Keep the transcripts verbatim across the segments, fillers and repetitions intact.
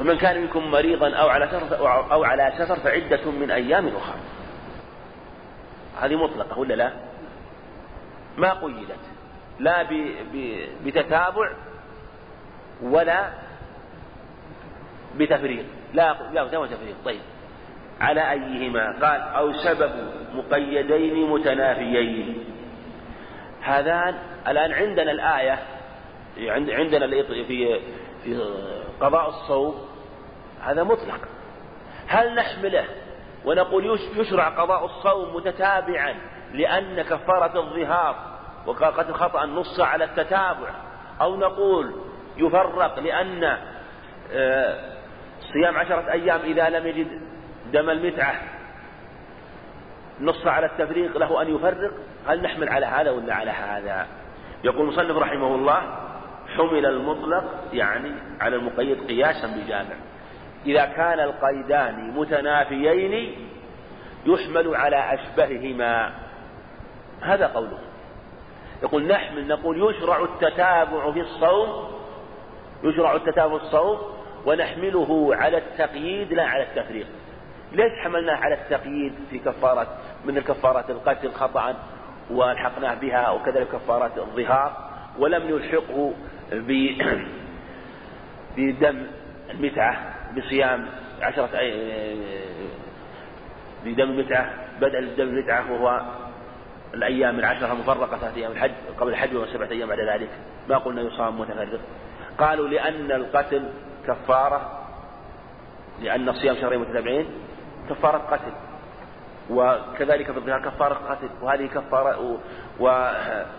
فمن كان منكم مريضا أو على سفر أو على سفر فعدة من أيام أخرى. هذه مطلقة ولا لا؟ ما قيدت لا بتتابع ولا بتفريق، لا لا تفريق. طيب على أيهما؟ قال أو سبب مقيدين متنافيين. هذان الآن عندنا الآية عندنا في في قضاء الصوم هذا مطلق. هل نحمله ونقول يشرع قضاء الصوم متتابعا لأن كفارة الظهار وقد خطأ نص على التتابع، أو نقول يفرق لأن صيام عشرة أيام إذا لم يجد دم المتعة نص على التفريق له أن يفرق؟ هل نحمل على هذا ولا على هذا؟ يقول المصنف رحمه الله حمل المطلق يعني على المقيد قياسا بجامع. إذا كان القيدان متنافيين يحمل على أشبههما. هذا قوله. يقول نحمل نقول يشرع التتابع في الصوم، يشرع التتابع في الصوم ونحمله على التقييد لا على التفريق. ليش حملناه على التقييد في كفارة من الكفارات القتل خطأ والحقناه بها وكذلك كفارات الظهار، ولم نلحقه بدم المتعة بصيام عشرة بدم المتعة بدل دم المتعة وهو الأيام العشرة المفرقة ثلاثة أيام الحج قبل الحج وسبعة أيام بعد ذلك. ما قلنا يصام متفرق. قالوا لأن القتل كفارة، لأن صيام شهرين متتابعين كفارة قتل، وكذلك في الظهار كفارة قتل، وهذه كفارة و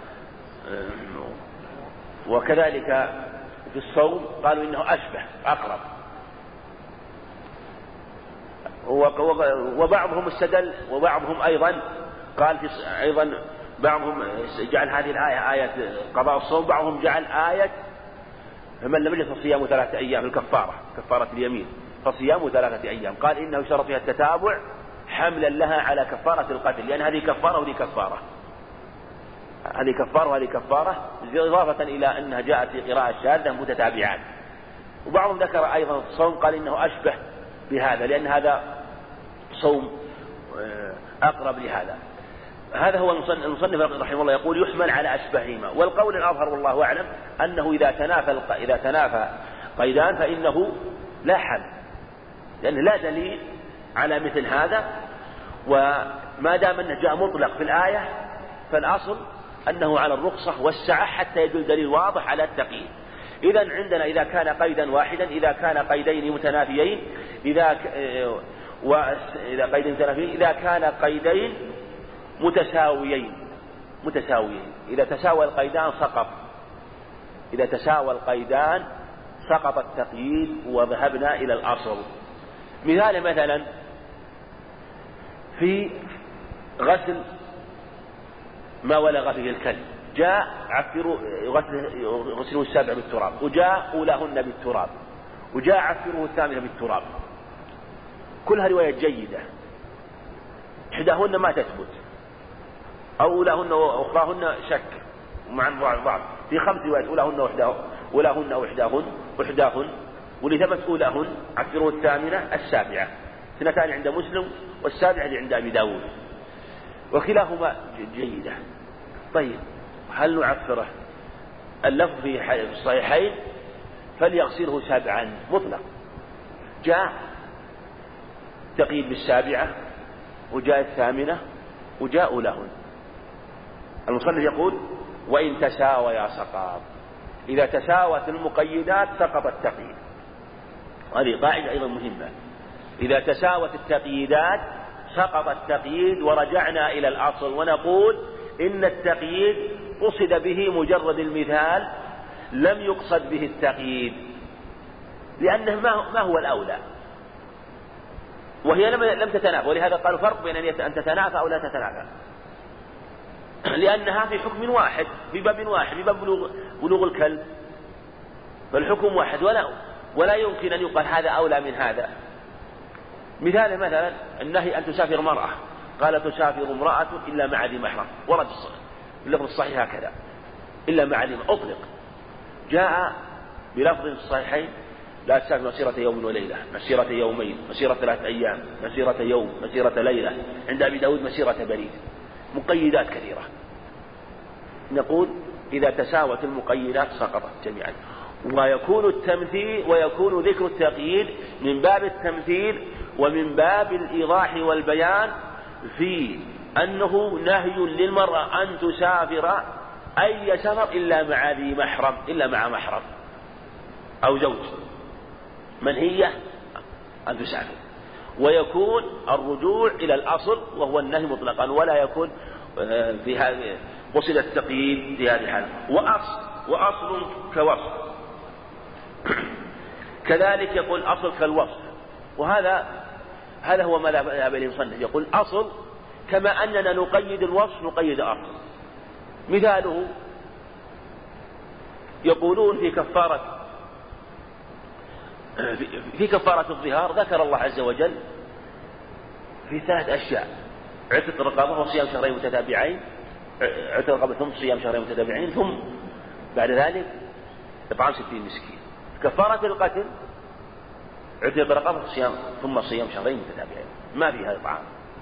وكذلك في الصوم قالوا إنه أشبه أقرب. وبعضهم استدل وبعضهم أيضا قال في أيضا بعضهم جعل هذه الآية آية قضاء الصوم، بعضهم جعل آية فمن لم يجد فصيام ثلاثة أيام الكفارة كفارة اليمين فصيام ثلاثة أيام. قال إنه يشترط فيها التتابع حملا لها على كفارة القتل، لأن هذه كفارة وهذه كفارة، هذه كفارة وهذه كفارة، إضافة إلى أنها جاءت في قراءة شاذة متتابعات. وبعضهم ذكر أيضا الصوم قال إنه أشبه بهذا لأن هذا صوم أقرب لهذا. هذا هو المصنف رحمه الله يقول يحمل على أشبههما. والقول الأظهر والله أعلم أنه إذا تنافى إذا تنافى قيدان فإنه لا حل، لأنه لا دليل على مثل هذا، وما دام أنه جاء مطلق في الآية فالأصل أنه على الرخصة والسعة حتى يدل دليل واضح على التقييد. إذا عندنا إذا كان قيدا واحدا، إذا كان قيدين متنافيين، إذا وإذا قيدين متنافيين، إذا كان قيدين متساويين متساويين إذا تساوى القيدان سقط، إذا تساوى القيدان سقط التقييد وذهبنا إلى الأصل. مثال مثلا في غسل ما ولغ فيه الكلب، جاء عفروا غسلوا السابع بالتراب، وجاء أولاهن بالتراب، وجاء عفروه الثامنة بالتراب. كلها رواية جيدة، إحداهن ما تثبت أو أولاهن وأخراهن شك مع بعض. في خمس روايات أولاهن وإحداهن أولاهن وإحداهن وإحداهن، واللي ثبت أولاهن عفروه الثامنة السابعة، اثنتان عند مسلم والسابعة اللي عند أبي داود، وكلاهما جيدة. طيب هل نعفره؟ اللفظ في الصحيحين فليغسله سبعا مطلق، جاء تقييد بالسابعة وجاء الثامنة وجاء لهن. المصنف يقول وإن تساويا سقط، إذا تساوت المقيدات سقط التقييد. هذه قاعدة أيضا مهمة، إذا تساوت التقييدات سقط التقييد، ورجعنا إلى الأصل ونقول إن التقييد قصد به مجرد المثال، لم يقصد به التقييد، لأنه ما هو الأولى، وهي لم تتنافى. ولهذا قالوا فرق بين أن تتنافى أو لا تتنافى، لأنها في حكم واحد في باب واحد في باب بلوغ, بلوغ الكلب، فالحكم واحد ولا ولا يمكن أن يقال هذا أولى من هذا. مثال مثلا النهي أن تسافر مرأة، قال تسافر امرأة إلا مع ذي محرم، ورد اللفظ الصحيح هكذا إلا مع ذي محرم أطلق. جاء بلفظ الصحيحين لا تسافر مسيرة يوم وليلة، مسيرة يومين، مسيرة ثلاثة أيام، مسيرة يوم، مسيرة ليلة. عند أبي داود مسيرة بريد. مقيدات كثيرة. نقول إذا تساوت المقيدات سقطت جميعا. ويكون التمثيل ويكون ذكر التقييد من باب التمثيل ومن باب الإيضاح والبيان في أنه نهي للمرأة أن تسافر أي سفر إلا مع ذي محرم، إلا مع محرم أو زوج، منهية أن تسافر. ويكون الرجوع إلى الأصل وهو النهي مطلقا، ولا يكون في هذه قصد التقييد في هذه الحالة. وأصل وأصل كوصف كذلك يقول أصل كالوصف، وهذا هذا هو ما ذهب إليه المصنف. يقول أصل كما أننا نقيد الوصف نقيد أصل. مثاله يقولون في كفارة في كفارة الظهار ذكر الله عز وجل في ثلاث أشياء: عتق الرقبة وصيام شهرين متتابعين، عتق الرقبة ثم صيام شهرين متتابعين، ثم بعد ذلك إطعام ستين مسكين. كفارة القتل عتق الرقبة وصيام ثم صيام شهرين متتابعين، ما فيها إطعام.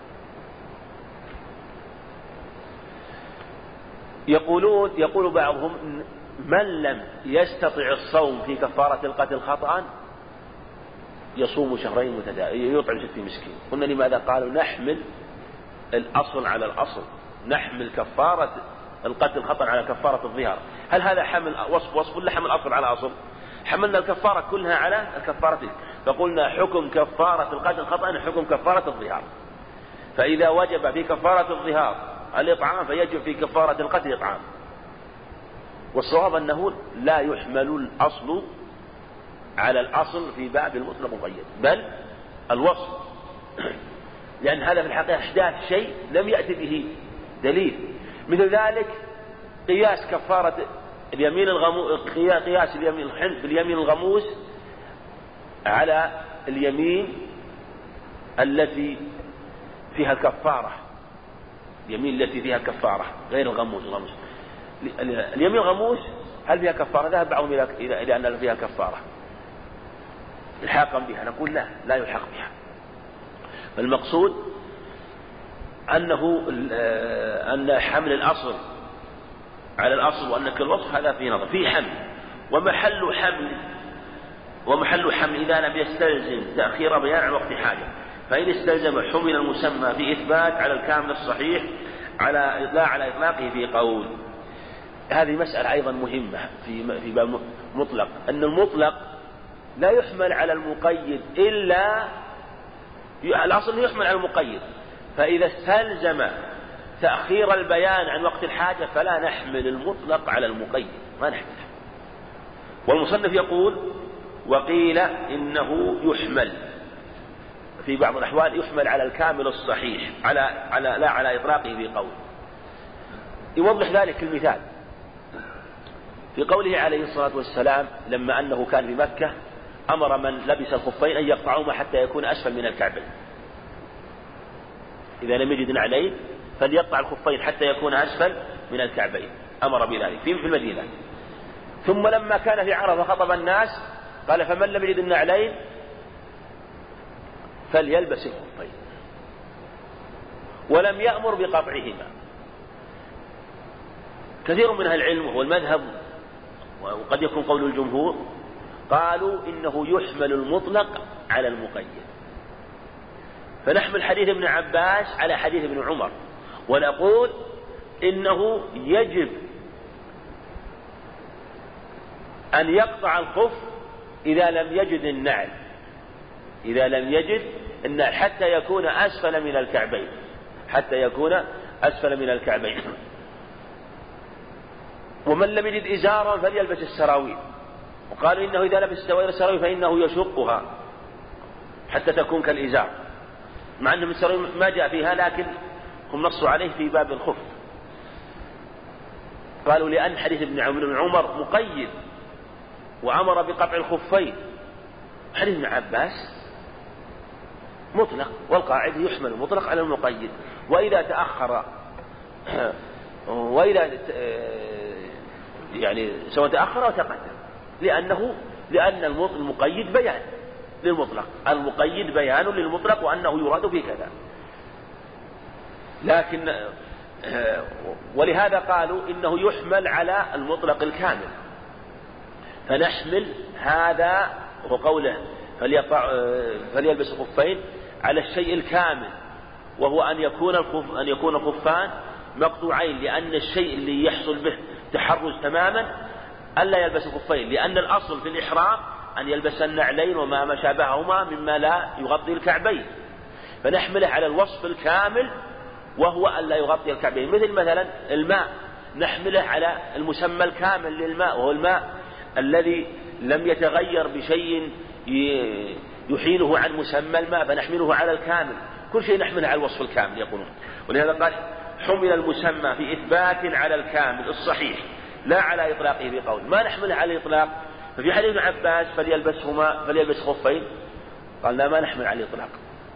يقولون يقول بعضهم من لم يستطع الصوم في كفارة القتل خطأ يصوم شهرين متتابعين يطعم ستين مسكين. قلنا لماذا؟ قالوا نحمل الأصل على الأصل، نحمل كفارة القتل خطأ على كفارة الظهار. هل هذا حمل وصف وصف ولا حمل أصل على أصل؟ حملنا الكفارة كلها على الكفارة، فقلنا حكم كفارة القتل خطأ حكم كفارة الظهار. فإذا وجب في كفارة الظهار الإطعام فيجب في كفارة القتل إطعام. والصواب أنه لا يحمل الأصل على الأصل في باب المطلق مقيد، بل الوصف، لأن هذا في الحقيقة إحداث شيء لم يأتي به دليل. مثل ذلك قياس كفارة اليمين الغموس، قياس اليمين الحنث باليمين الغموس على اليمين التي فيها الكفارة، اليمين التي فيها الكفارة غير الغموس. الغموس اليمين الغموس هل فيها كفارة؟ ذهب بعضهم إلى إلى أن فيها كفارة الحاقا بها. نقول لا، لا يلحق بها. فالمقصود أنه أن حمل الأصل على الأصل وأن كل وصف هذا في نظر في حمل. ومحل حمل ومحل حمل إذا لم يستلزم تأخير بيان عن وقت حاجة، فإن استلزم حمل المسمى في إثبات على الكامل الصحيح على لا على إطلاقه في قول. هذه مسألة أيضا مهمة في في باب مطلق، أن المطلق لا يحمل على المقيد إلا الأصل يحمل على المقيد، فإذا استلزم تأخير البيان عن وقت الحاجة فلا نحمل المطلق على المقيد، ما نحمله. والمصنف يقول وقيل إنه يحمل في بعض الأحوال يحمل على الكامل الصحيح على على لا على إطلاقه في قول. يوضح ذلك المثال في قوله عليه الصلاة والسلام لما أنه كان بمكة أمر من لبس الخفين أن يقطعهما حتى يكون أسفل من الكعبين، إذا لم يجد نعلين فليقطع الخفين حتى يكون أسفل من الكعبين، أمر بذلك في المدينة. ثم لما كان في عرفة خطب الناس قال فمن لم يجد النعلين فليلبس الخفين، ولم يأمر بقطعهما. كثير من أهل العلم وهو المذهب وقد يكون قول الجمهور قالوا إنه يحمل المطلق على المقيد، فنحمل حديث ابن عباس على حديث ابن عمر ونقول إنه يجب أن يقطع الخف إذا لم يجد النعل، إذا لم يجد النعل حتى يكون أسفل من الكعبين، حتى يكون أسفل من الكعبين. ومن لم يجد إزارا فليلبس السراويل، وقالوا إنه إذا لبس السراويل فإنه يشقها حتى تكون كالإزار، مع أن السراويل ما جاء فيها لكن هم نصوا عليه في باب الخف. قالوا لأن حديث ابن عمر مقيد وأمر بقطع الخفين، حديث ابن عباس مطلق، والقاعدة يحمل المطلق على المقيد. وإذا تأخر وإذا يعني سواء تأخر أو تقدم، لأنه لأن المقيد بيان للمطلق، المقيد بيان للمطلق وأنه يراد به كذا. لكن ولهذا قالوا إنه يحمل على المطلق الكامل، فنحمل هذا وقوله فليلبس خفين على الشيء الكامل، وهو أن يكون الخف أن يكون الخفان مقطوعين، لأن الشيء اللي يحصل به تحرز تماما ألا يلبس خفين، لأن الأصل في الإحرام أن يلبس النعلين وما ما شابههما مما لا يغطي الكعبين، فنحمله على الوصف الكامل وهو ألا يغطي الكعبين. مثل مثلا الماء نحمله على المسمى الكامل للماء، وهو الماء الذي لم يتغير بشيء يحيله عن مسمى الماء، فنحمله على الكامل، كل شيء نحمله على الوصف الكامل يقولون. ولهذا قال حمل المسمى في إثبات على الكامل الصحيح لا على إطلاقه بقول، ما نحمله على الإطلاق. ففي حديث ابن عباس فليلبسهما فليلبس خفين، قال لا ما نحمل على الإطلاق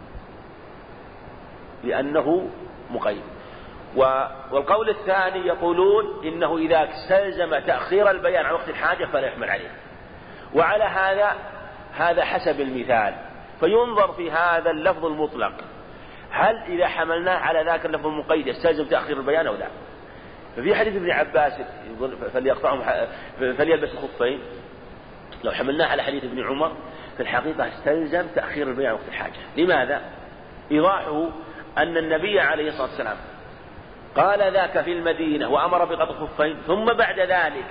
لأنه مقيد. والقول الثاني يقولون إنه إذا استلزم تأخير البيان عن وقت الحاجة فلا يحمل عليه. وعلى هذا هذا حسب المثال، فينظر في هذا اللفظ المطلق هل إذا حملناه على ذاك اللفظ المقيد يستلزم تأخير البيان أو لا. ففي حديث ابن عباس يقول فليقطعهم فليلبس الخفين، لو حملناه على حديث ابن عمر في الحقيقة استلزم تأخير البيان وقت الحاجة. لماذا؟ إيضاحه أن النبي عليه الصلاة والسلام قال ذاك في المدينة وأمر بقطع الخفين، ثم بعد ذلك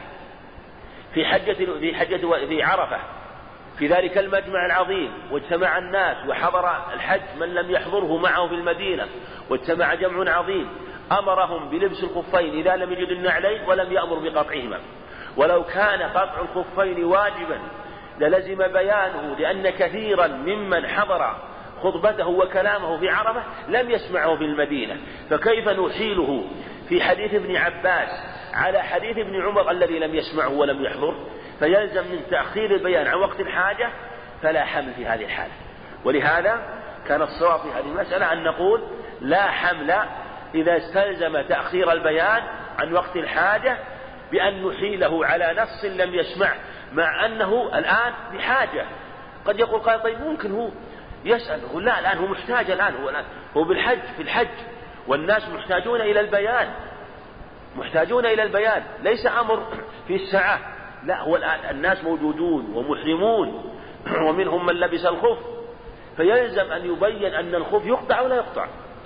في حجة في حجة في عرفة في ذلك المجمع العظيم واجتمع الناس وحضر الحج من لم يحضره معه في المدينة واجتمع جمع عظيم، أمرهم بلبس الخفين إذا لم يجد النعلين ولم يأمر بقطعهما. ولو كان قطع الخفين واجبا للزم بيانه، لأن كثيرا ممن حضر خطبته وكلامه في عرفة لم يسمعه في المدينة، فكيف نحيله في حديث ابن عباس على حديث ابن عمر الذي لم يسمعه ولم يحضر؟ فيلزم من تأخير البيان عن وقت الحاجة فلا حمل في هذه الحالة. ولهذا كان الصواب في هذه المسألة أن نقول لا حمل إذا استلزم تأخير البيان عن وقت الحاجة بأن نحيله على نص لم يسمع، مع أنه الآن بحاجة. قد يقول قال طيب ممكن هو يسأل، هو لا الآن هو محتاج، الآن هو الآن هو بالحج في الحج والناس محتاجون إلى البيان، محتاجون إلى البيان، ليس أمر في الساعة، لا هو الآن الناس موجودون ومحرمون ومنهم من لبس الخف، فيلزم أن يبين أن الخف يقطع ولا يقطع،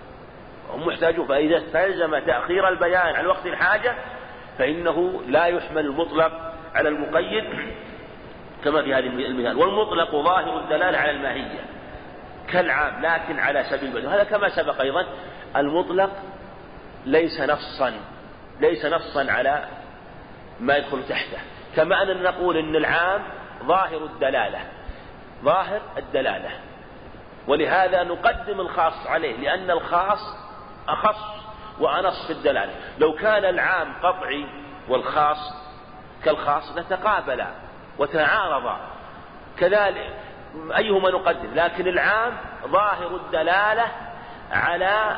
هم محتاجون. فإذا استلزم تأخير البيان عن وقت الحاجة فإنه لا يحمل المطلق على المقيد كما في هذه المثال. والمطلق ظاهر الدلالة على الماهية كالعام لكن على سبيل البدل، هذا كما سبق أيضا المطلق ليس نصا ليس نصا على ما يدخل تحته، كما أننا نقول إن العام ظاهر الدلالة ظاهر الدلالة ولهذا نقدم الخاص عليه، لأن الخاص أخص وأنص في الدلالة. لو كان العام قطعي والخاص كالخاص لتقابلا وتعارضا، كذلك أيهما نقدم، لكن العام ظاهر الدلالة على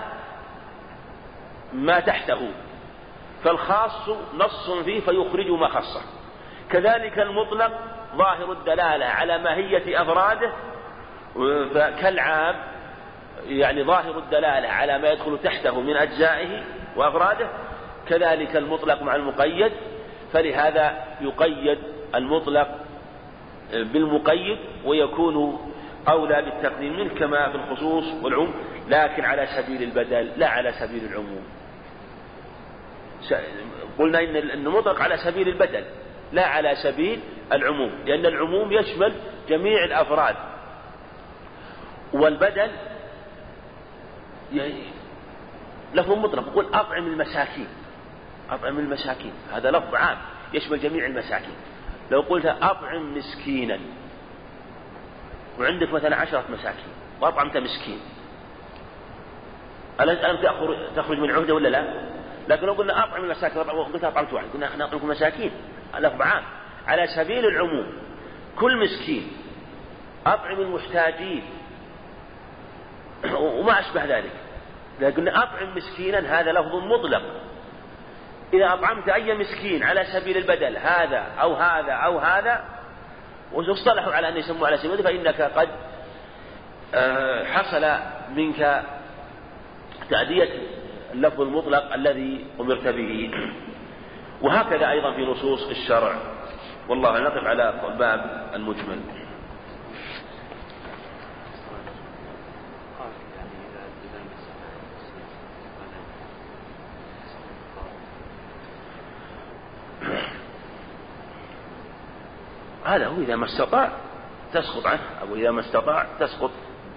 ما تحته، فالخاص نص فيه فيخرج ما خصه. كذلك المطلق ظاهر الدلالة على ماهية أفراده كالعام، يعني ظاهر الدلالة على ما يدخل تحته من أجزائه وأفراده، كذلك المطلق مع المقيد، فلهذا يقيد المطلق بالمقيد ويكون أولى بالتقديم منه كما في الخصوص والعموم، لكن على سبيل البدل لا على سبيل العموم. قلنا إن المطلق على سبيل البدل لا على سبيل العموم، لأن العموم يشمل جميع الأفراد، والبدل لفظ مطلق. يقول أطعم المساكين، أطعم المساكين هذا لفظ عام يشمل جميع المساكين. لو قلت أطعم مسكينا وعندك مثلا عشرة مساكين وأطعمت مسكين، ألم تخرج من عهدة ولا لا؟ لكن لو قلنا أطعم المساكين وقلت أطعمت واحد، قلنا احنا نطعمكم مساكين، لفظ عام على سبيل العموم، كل مسكين، أطعم المحتاجين وما أشبه ذلك. لكن أطعم مسكينا هذا لفظ مطلق، إذا أطعمت أي مسكين على سبيل البدل هذا أو هذا أو هذا واصطلحوا على أن يسموا على سبيل فإنك قد حصل منك تأدية اللفظ المطلق الذي أمرت به. وهكذا أيضا في نصوص الشرع. والله نقف على باب المجمل. هذا هو إذا ما استطاع تسقط عنه، أو إذا ما استطاع تسقط.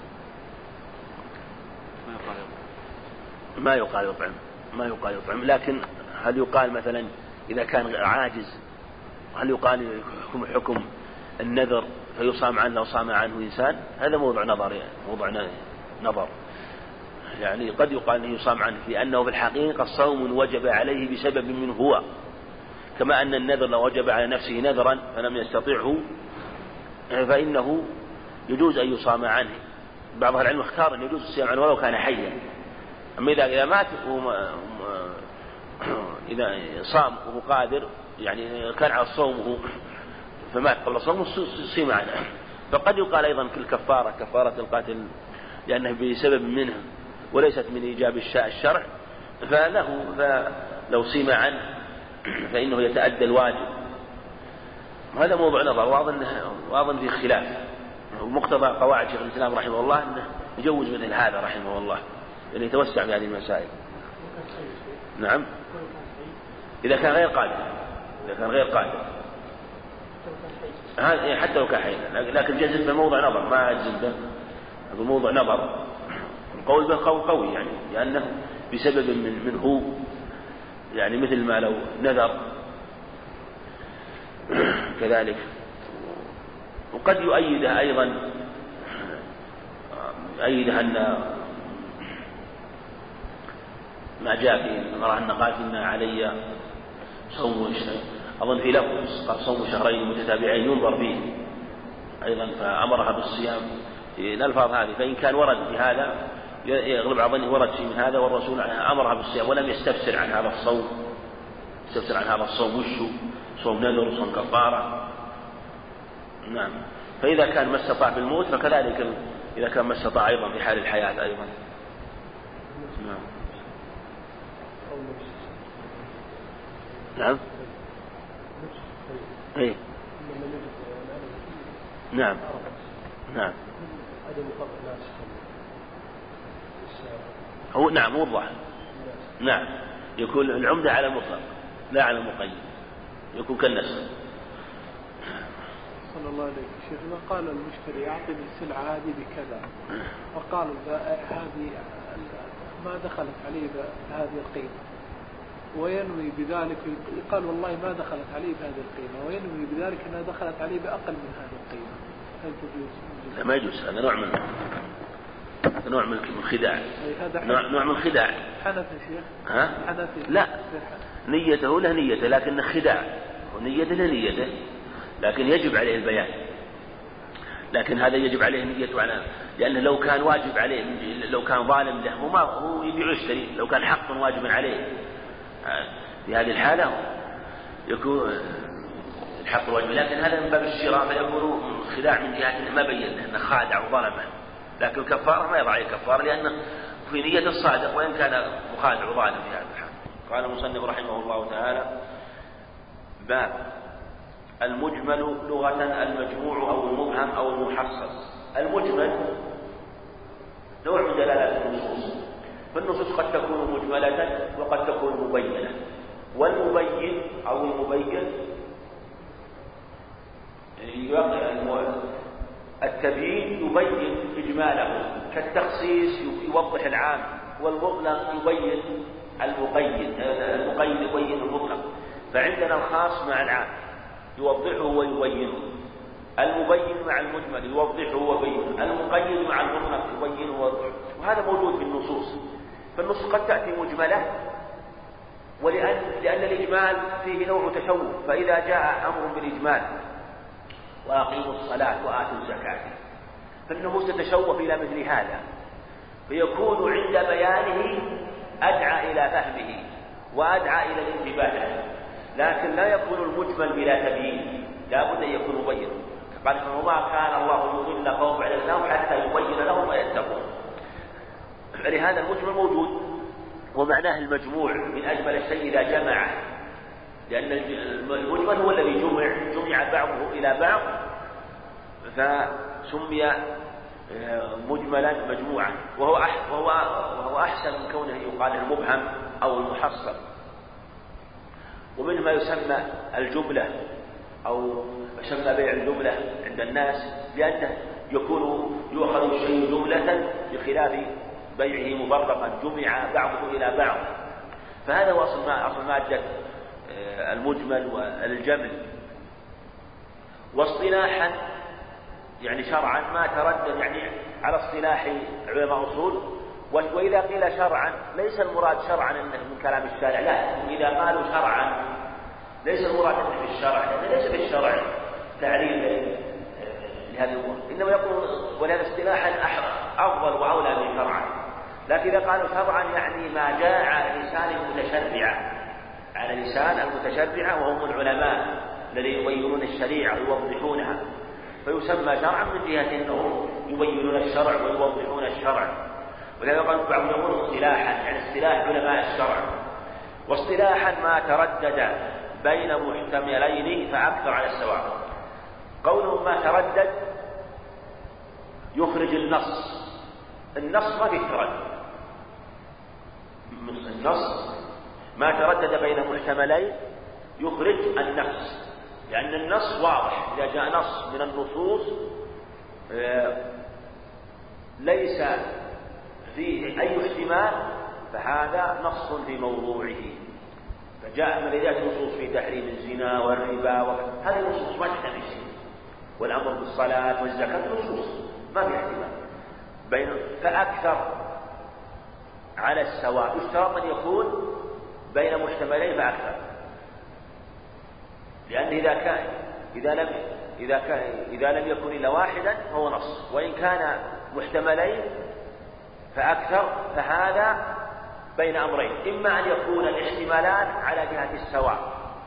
ما يقال يطعم ما يقال يطعم لكن هل يقال مثلا إذا كان عاجز، هل يقال حكم حكم النذر فيصام عنه لو صام عنه إنسان؟ هذا موضوع نظر يعني موضوع نظر يعني قد يقال أنه يصام عنه لأنه في الحقيقة صوم وجب عليه بسبب منه هو، كما أن النذر لو وجب على نفسه نذرا فلم يستطعه فإنه يجوز أن يصام عنه. بعض أهل العلم اختار أن يجوز الصيام عنه ولو كان حيا. أما إذا إذا مات إذا صام وهو قادر يعني كان على صومه فمات قبل صومه صيام عنه. فقد يقال أيضا في الكفارة كفارة القاتل لأنه بسبب منه وليست من إيجاب الشرع فله فلو صيم عنه فإنه يتأدى الواجب. هذا موضوع نظر وأظن وأظن فيه خلاف. ومقتضى قواعد شيخ الإسلام رحمه الله أنه يجوز مثل هذا رحمه الله لأنه يتوسع في هذه المسائل. نعم إذا كان غير قادر إذا كان غير قادر هذا حتى لو كان حي لكن جزم بموضع نظر ما جزم بموضع نظر. القول به قول قوي يعني لأنه بسبب من منه يعني مثل ما لو نذر كذلك. وقد يؤيده أيضا يؤيده أن ما جاء في امرأة أن قالت إن علي صوم أظن في لفظ صوم شهرين متتابعين ينظر فيه أيضا فأمرها بالصيام في الألفاظ هذه. فإن كان ورد بهذا يغلب على ظنه ورد شيء من هذا والرسول أمرها بالصيام ولم يستفسر عن هذا الصوم يستفسر عن هذا الصوم وشو صوم نذر وصوم كفارة. نعم. فإذا كان ما استطاع بالموت فكذلك إذا كان ما استطاع أيضا في حال الحياة أيضا. نعم. نعم. إيه. نعم. نعم. هو نعم وضح. نعم يكون العمدة على المطلق لا على المقيد يكون كالنسخ. صلى الله عليه شيخ إذا قال المشتري أعطني السلعة هذه بكذا وقال هذه ما دخلت عليه بهذه القيمة وينوي بذلك يقال والله ما دخلت عليه بهذه القيمة وينوي بذلك أنها دخلت عليه بأقل من هذه القيمة هل تجوز؟ لا ما يجوز. هذا نوع من هذا نوع من الخداع نوع, نوع من الخداع. حنفي شيخ ها؟ حنفي لا نيته له نيته لكن خداع ونيته له نيته لكن يجب عليه البيان. لكن هذا يجب عليه نيته على لأنه لو كان واجب عليه لو كان ظالم له وما هو يبيع يشتري لو كان حق واجب عليه في هذه الحالة يكون الحق الواجب. لكن هذا من باب الشراء فيكون خداع من جهة أنه ما بين له أنه خادع وظلمه. لكن الكفارة ما يضع عليه كفارة لأنه في نية الصادق وإن كان مخادع وظالم في هذا الحال. قال المصنف رحمه الله تعالى باب المجمل لغة المجموع أو المبهم أو المحصص. المجمل نوع من دلالات النصوص فالنصوص قد تكون مجملة وقد تكون مبينة. والمبين أو المبين التبيين يبين إجماله كالتخصيص يوضح العام والمطلق يبين المقيد المقيد يبين المطلق. فعندنا الخاص مع العام يوضحه ويبينه المبين مع المجمل يوضحه ويبينه المقيد مع المطلق يبينه ويوضحه. وهذا موجود في النصوص. فالنصوص قد تأتي مجملة ولأن لأن الإجمال فيه نوع تشوه. فإذا جاء أمر بالإجمال وأقيموا الصلاة وآتوا الزكاة فالنفوس تتشوف إلى مثل هذا فيكون عند بيانه أدعى إلى فهمه وأدعى إلى الانتباه له. لكن لا يكون المجمل بلا تبيين لا بد أن يكون مبين قال وما كان الله يضل قوم بعد الإسلام حتى يبين لهم ما يتقون. فلهذا المجمل موجود ومعناه المجموع من أجمل الشيء إذا جمع، لأن المجمل هو الذي جمع جمع بعضه إلى بعض فسمي مجملا مجموعا، وهو وهو وهو أحسن من كونه يقال المبهم أو المحصر. ومنه ما يسمى الجملة أو يسمى بيع الجملة عند الناس، لأنه يكون يؤخذ الشيء جملة بخلاف بيعه مفرقا جمع بعضه إلى بعض. فهذا هو أصل ما أصل مادة المجمل والجمل. واصطلاحا يعني شرعا ما تردد يعني على اصطلاح علماء أصول. وإذا قيل شرعا ليس المراد شرعا إنه من كلام الشارع، لا، إذا قالوا شرعا ليس المراد إنه في الشرع، لأنه ليس في الشرع تعريف لهذه الأمور، إنما يقول ولهذا اصطلاحا أفضل وأولى من شرعا. لكن إذا قالوا شرعا يعني ما جاء على لسان المتشرع، على لسان المتشرع وهم العلماء الذين يبينون الشريعة ويوضحونها، فيسمى شرعا من جهة أنهم يبينون الشرع ويوضحون الشرع. ولهذا قال بعضهم يقول اصطلاحا يعني اصطلاح علماء الشرع. واصطلاحا ما تردد بين محتملين فأكثر على السواء. قوله ما تردد يخرج النص، النص ما فيه تردد، النص ما تردد بين محتملين يخرج النص، لأن النص واضح. إذا جاء نص من النصوص ليس فيه أي احتمال فهذا نص في موضوعه. فجاء من ذات نصوص في تحريم الزنا والربا، هذه النصوص ما تحتمل شيء، والأمر بالصلاة والزكاة نصوص ما في احتمال بين، فأكثر على السواء. يشترط أن يكون بين محتملين فأكثر، لأن إذا كان إذا لم إذا كان إذا لم يكن إلا واحدا فهو نص، وإن كان محتملين فأكثر فهذا بين أمرين، إما أن يكون الاحتمالان على جهة السواء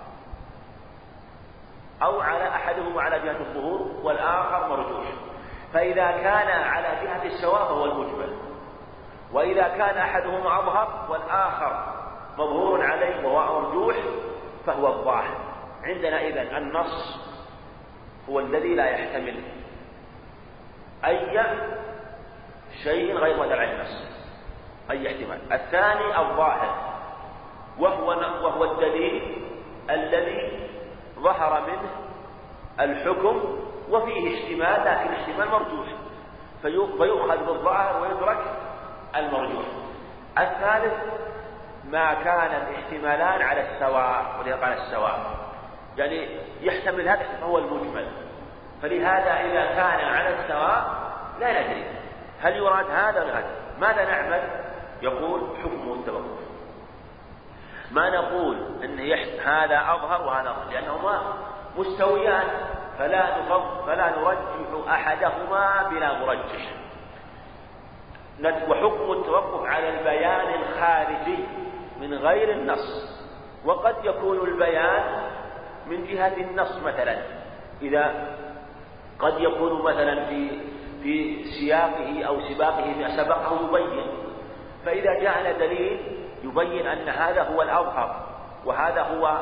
أو على أحدهما على جهة الظهور والآخر مرجوح. فإذا كان على جهة السواء فهو المجمل، وإذا كان أحدهما أظهر والآخر مظهور عليه وهو مرجوح فهو الظاهر. عندنا إذن النص هو الذي لا يحتمل أي شيء غير ما دل عليه النص، أي احتمال. الثاني الظاهر وهو وهو الدليل الذي ظهر منه الحكم وفيه احتمال لكن احتمال مرجوح، فيؤخذ بالظاهر ويترك المرجوح. الثالث ما كان الاحتمالان على السواء، ولذا قال السواء يعني يحتمل هذا فهو المجمل. فلهذا إذا كان على السواء لا ندري هل يراد هذا ولا هذا، ماذا نعمل؟ يقول حكم التوقف. ما نقول ان هذا اظهر وهذا اظهر، لانهما مستويان فلا نفضل فلا نرجح احدهما بلا مرجح. وحكم التوقف على البيان الخارجي من غير النص، وقد يكون البيان من جهة النص مثلا، إذا قد يكون مثلا في في سياقه أو سباقه ما سبقه يبين، فإذا جاءنا دليل يبين أن هذا هو الأظهر وهذا هو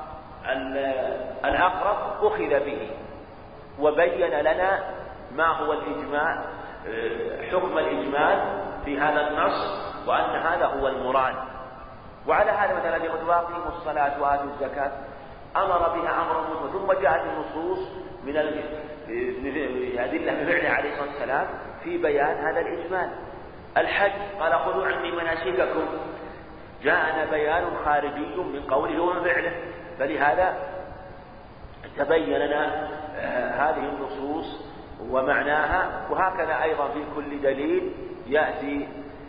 الأقرب أخذ به، وبين لنا ما هو الإجمال، حكم الإجمال في هذا النص، وأن هذا هو المراد. وعلى هذا مثلا يقول واقيموا الصلاة وآتوا الزكاة أمر بها أمر مجمل، ثم جاءت النصوص من الأدلة بفعله عليه الصلاة والسلام في بيان هذا الإجمال. الحج قال خذوا عني مناسككم، جاءنا بيان خارجي من قوله ومن فعله، فلهذا تبين لنا هذه النصوص ومعناها. وهكذا أيضا في كل دليل يأتي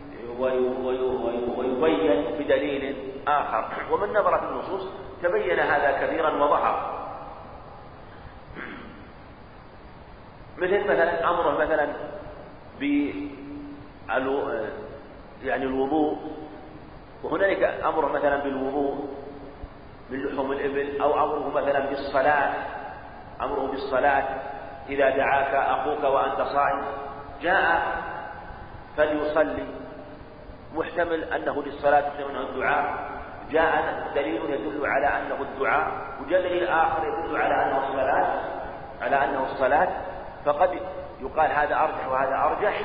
ويبين بدليل آخر، ومن نظر في النصوص تبين هذا كثيرا وظهر. مثل مثلا أمره مثلا ب يعني الوضوء، وهنالك أمره مثلا بالوضوء من لحوم الإبل، أو أمره مثلا بالصلاة، أمره بالصلاة إذا دعاك أخوك وأنت صائم، جاء فليصلي محتمل أنه للصلاة محتمل أنه الدعاء، جاء دليل يدل على أنه الدعاء، وجاء دليل آخر يدل على أنه الصلاة على أنه الصلاة، فقد يقال هذا أرجح وهذا أرجح،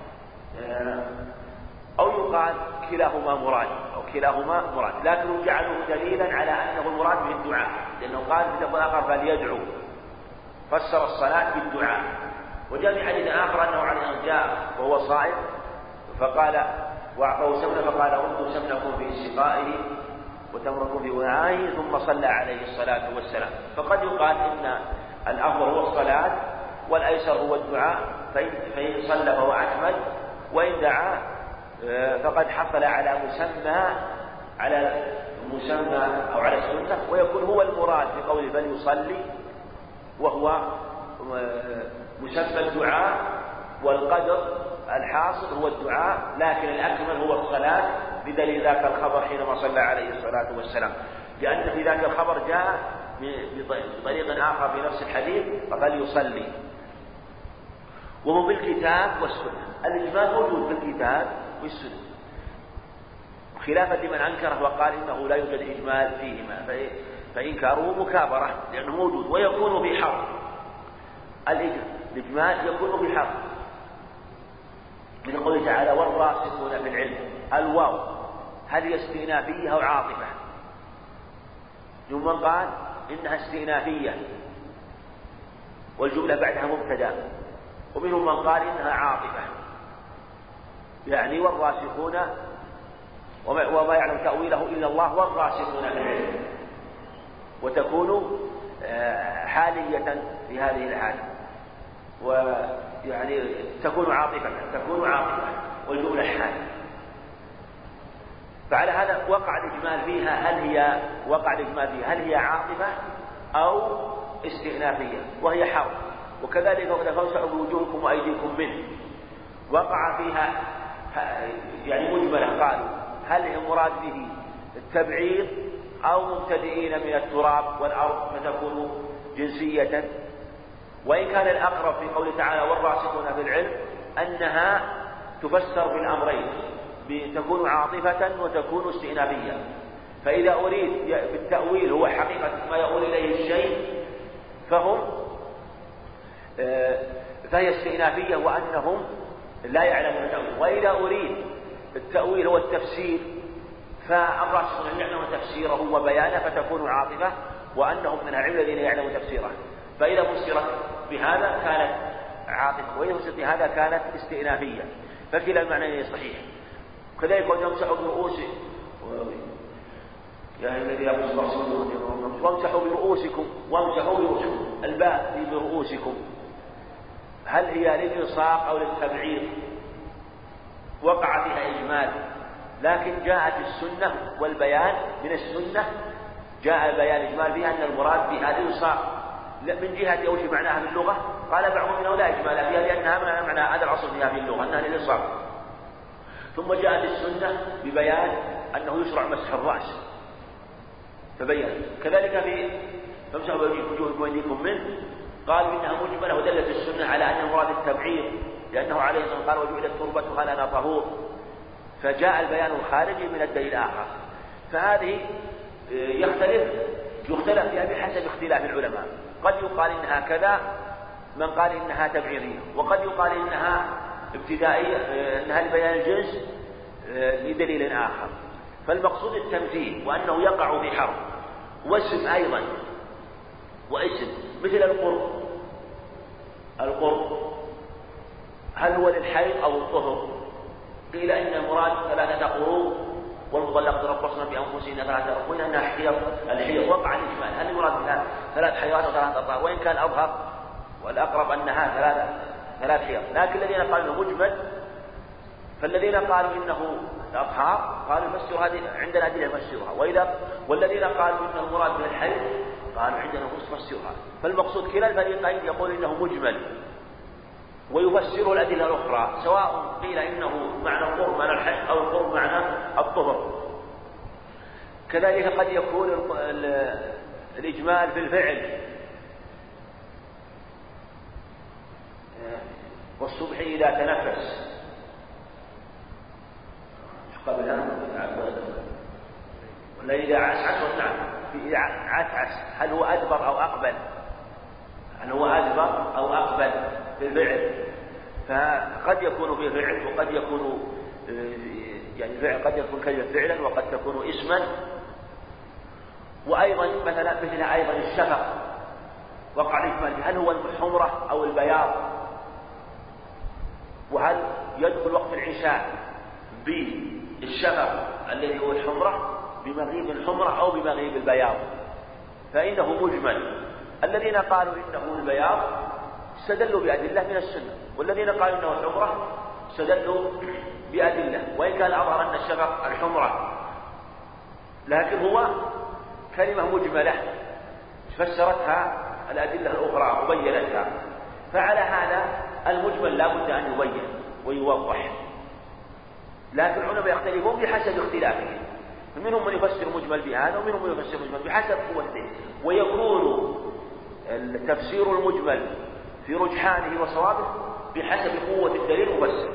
أو يقال كلاهما مراد أو كلاهما مراد، لكن جعلوه دليلا على أنه المراد به الدعاء، لأنه قال في لفظ آخر فليدعو، فسر الصلاة بالدعاء. وجاء في حديث آخر أنه عليه جاء وهو صائم فقال وأعطوه سمنة فقال ردوا سمنكم في سقائه وتمركم في وعائه ثم صلى عليه الصلاة والسلام. فقد يقال إن الأفضل هو الصلاة والأيسر هو الدعاء، فإن, فإن صلى فهو أكمل، وإن دعا فقد حصل على مسمى على مسمى أو على السنة، ويكون هو المراد في قوله بل يصلي، وهو مسمى الدعاء والقدر الحاصل هو الدعاء، لكن الأكمل هو الصلاة بدليل ذاك الخبر حينما صلى عليه الصلاة والسلام، لأن في ذاك الخبر جاء بطريق آخر في نفس الحديث فقال يصلي، وهو بالكتاب والسنة. الإجمال موجود في الكتاب والسنة، خلافا لمن أنكره وقال إنه لا يوجد إجمال فيهما، فإنكاره مكابرة لأنه موجود ويكون في حرف. الإجمال يكون في حرف من قوله تعالى والراسخون في العلم، الواو هل هي استئنافية أو عاطفة؟ ثم قال إنها استئنافية والجملة بعدها مبتدأ، ومنهم من قال إنها عاطفة، يعني والراسخون وما يعلم تأويله إلا الله والراسخون في العلم، وتكون حالية في هذه الحال، ويعني تكون عاطفة تكون عاطفة والجملة حال. فعلى هذا وقع الإجمال فيها، هل هي وقع الإجمال فيها هل هي عاطفة أو استئنافية، وهي حرف. وكذلك فامسحوا بوجوهكم وأيديكم منه، وقع فيها يعني مجملة، قالوا هل المراد به التبعيض أو مبتدئين من التراب والأرض فتكون جنسية. وإن كان الأقرب في قوله تعالى والراسخون في العلم أنها تفسر بالأمرين، تكون عاطفة وتكون استئنافية. فإذا أريد بالتأويل هو حقيقة ما يؤول إليه الشيء فهم فهي استئنافية وأنهم لا يعلمون التأويل. وإذا أريد التأويل هو التفسير فالراسخون يعلمون تفسيره وبيانه فتكون عاطفة، وأنهم من العلم الذين يعلمون تفسيره. فإذا فسرت بهذا كانت عاطفة، وإذا فسرت بهذا كانت استئنافية، فكلا المعنى صحيح. كذلك وامسحوا برؤوسكم يا أيها الذين آمنوا وامسحوا برؤوسكم وامسحوا برؤوسكم، الباء في برؤوسكم هل هي للإلصاق أو للتبعيض؟ وقع فيها إجمال، لكن جاءت السنة والبيان من السنة، جاء البيان إجمال فيها أن المراد بها الإلصاق من جهة أوجه معناها في اللغة. قال بعضهم إنه لا إجمال فيها لأنها معنى هذا الأصل فيها في اللغة أنها للإلصاق. ثم جاءت السنة ببيان أنه يشرع مسح الرأس تبين. كذلك في فامسحوا بوجوهكم وأيديكم منه قالوا إنها مجملة، ودلت السنة على أن المراد التبعيض لأنه عليه الصلاة والسلام قال وجعلت تربتها لنا طهور، فجاء البيان الخارجي من الدليل الآخر. فهذه يختلف يختلف فيها بحسب اختلاف العلماء، قد يقال إنها كذا، من قال إنها تبعيضية، وقد يقال إنها ابتدائية إنها لبيان الجنس لدليل آخر. فالمقصود التمثيل وأنه يقع في حرف، واسم أيضا واسم مثل القرب. القرب هل هو للحيض أو الطهر؟ قيل إن المراد ثلاثة قروب والمطلقات يتربصن بأنفسهن ثلاثة قروب، أنها حيض. الحيض وقع الإجمال هل المراد بها ثلاث حيضات أو ثلاث أطهار، وإن كان أظهر والأقرب أنها ثلاث ثلاث حيض. لكن الذين قالوا إنه مجمل، فالذين قالوا إنه أطهار قالوا فسروا هذه عندنا أدلة فسرها، وإذا والذين قالوا إنه المراد من الحيض قالوا عندنا نص فسرها. فالمقصود كلا الفريقين يقول إنه مجمل ويفسره الأدلة الأخرى، سواء قيل إنه معنى القرب معنى الحيض أو القرب معنى الطهر. كذلك قد يكون الإجمال في الفعل، والصبح إذا تنفس قبلها ولا إذا عسعس. نعم، في عسعس هل هو أدبر أو أقبل؟ هل هو أدبر أو أقبل في الفعل؟ فقد يكون في فعل وقد يكون يعني فعل، قد يكون كلمة فعلا وقد تكون اسما. وأيضا مثلا مثل أيضا الشفق وقع الإجمال، هل هو الحمرة أو البياض؟ وهل يدخل وقت العشاء بالشفق الذي هو الحمرة بمغيب الحمرة أو بمغيب البياض؟ فإنه مجمل. الذين قالوا إنه البياض استدلوا بأدلة من السنة، والذين قالوا إنه الحمرة استدلوا بأدلة، وإن كان أظهر أن الشفق الحمرة، لكن هو كلمة مجملة فسرتها الأدلة الأخرى وبينتها. فعلى هذا المجمل لا بد أن يبين ويوضح، لكن العلماء يختلفون بحسب اختلافهم، منهم من يفسر مجمل بهذا ومنهم من يفسر مجمل بحسب قوته، ويكون التفسير المجمل في رجحانه وصوابه بحسب قوة الدليل المفسر.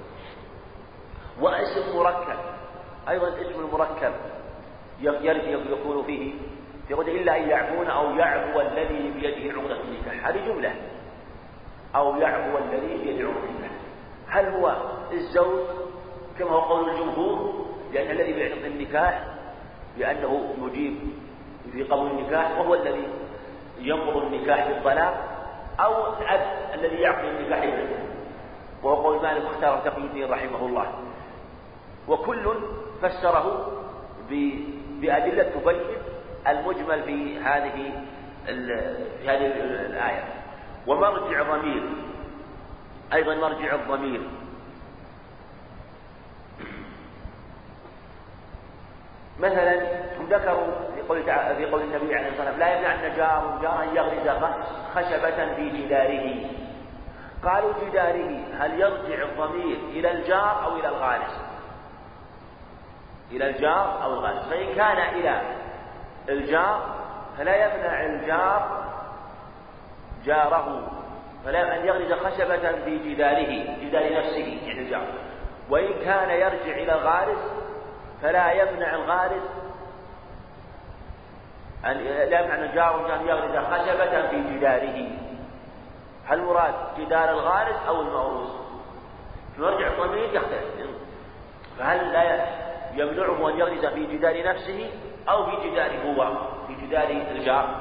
واسم مركب أيضا، الاسم المركب يكون فيه في قوله إلا أن يعفون أو يعفو الذي بيده عقدة النكاح، هذه جملة، أو يعفو الذي بيده عقدة النكاح. هل هو الزوج كما هو قول الجمهور لأن الذي بيعقد النكاح لأنه يجيب في قبول النكاح وهو الذي ينقض النكاح بالطلاق، أو الأب الذي يعقد النكاح ابنه وهو قول مالك اختاره تقي الدين رحمه الله. وكل فسره بأدلة تبين المجمل في هذه في هذه الآية. ومرجع ضمير أيضا، مرجع الضمير مثلا هم ذكروا في قول في قول النبي عليه الصلاة والسلام لا يمنع جار جارا يغرز خشبة في جداره. قالوا جداره هل يرجع الضمير إلى الجار أو إلى الغارس؟ إلى الجار أو الغارس. فإن كان إلى الجار فلا يمنع الجار جاره فلا أن يغرز خشبة في جداره جدار نفسه يعني الجار. وإن كان يرجع إلى الغارس فلا يمنع الغارس أن لا يمنع الجار أن يغرز خشبة في جداره. هل مراد جدار الغارس أو الموروث؟ يرجع الضمير يختلف، فهل لا يمنعه أن يغرز في جدار نفسه أو في جداره هو في جدار الجار؟